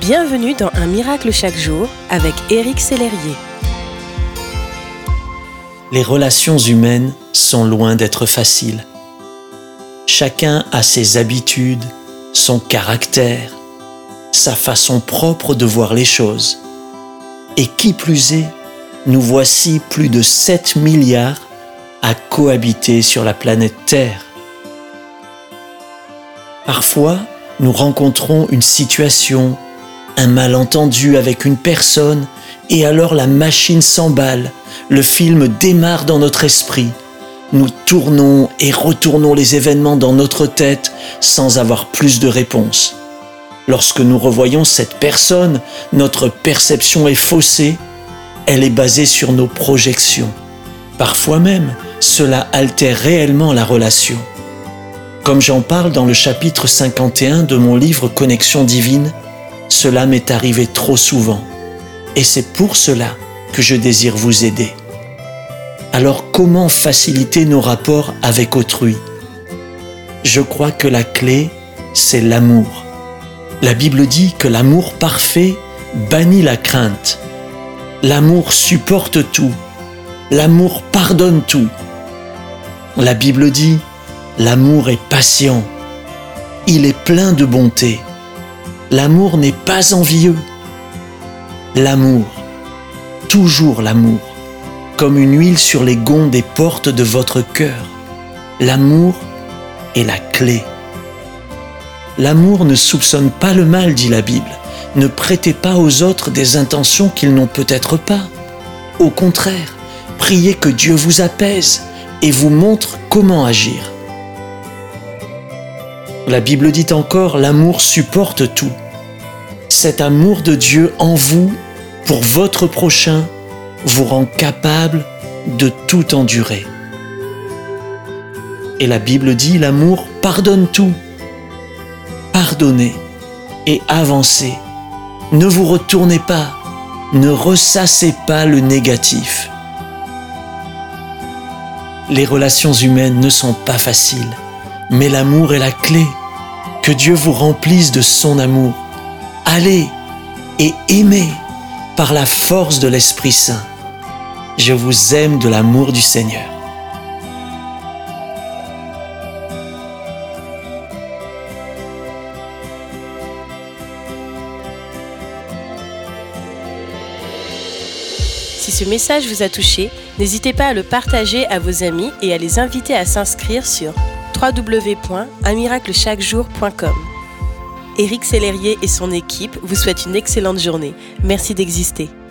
Bienvenue dans Un miracle chaque jour avec Éric Sellerier. Les relations humaines sont loin d'être faciles. Chacun a ses habitudes, son caractère, sa façon propre de voir les choses. Et qui plus est, nous voici plus de 7 milliards à cohabiter sur la planète Terre. Parfois, nous rencontrons une situation, un malentendu avec une personne, et alors la machine s'emballe, le film démarre dans notre esprit. Nous tournons et retournons les événements dans notre tête sans avoir plus de réponse. Lorsque nous revoyons cette personne, notre perception est faussée, elle est basée sur nos projections. Parfois même, cela altère réellement la relation. Comme j'en parle dans le chapitre 51 de mon livre Connexion divine, cela m'est arrivé trop souvent. Et c'est pour cela que je désire vous aider. Alors comment faciliter nos rapports avec autrui ? Je crois que la clé, c'est l'amour. La Bible dit que l'amour parfait bannit la crainte. L'amour supporte tout. L'amour pardonne tout. La Bible dit, l'amour est patient. Il est plein de bonté. L'amour n'est pas envieux. L'amour, toujours l'amour, comme une huile sur les gonds des portes de votre cœur. L'amour est la clé. L'amour ne soupçonne pas le mal, dit la Bible. Ne prêtez pas aux autres des intentions qu'ils n'ont peut-être pas. Au contraire, priez que Dieu vous apaise et vous montre comment agir. La Bible dit encore, l'amour supporte tout. Cet amour de Dieu en vous, pour votre prochain, vous rend capable de tout endurer. Et la Bible dit, l'amour pardonne tout. Pardonnez et avancez. Ne vous retournez pas, ne ressassez pas le négatif. Les relations humaines ne sont pas faciles, mais l'amour est la clé. Que Dieu vous remplisse de son amour. Allez et aimez par la force de l'Esprit Saint. Je vous aime de l'amour du Seigneur. Si ce message vous a touché, n'hésitez pas à le partager à vos amis et à les inviter à s'inscrire sur www.unmiraclechaquejour.com. Éric Sellerier et son équipe vous souhaitent une excellente journée. Merci d'exister.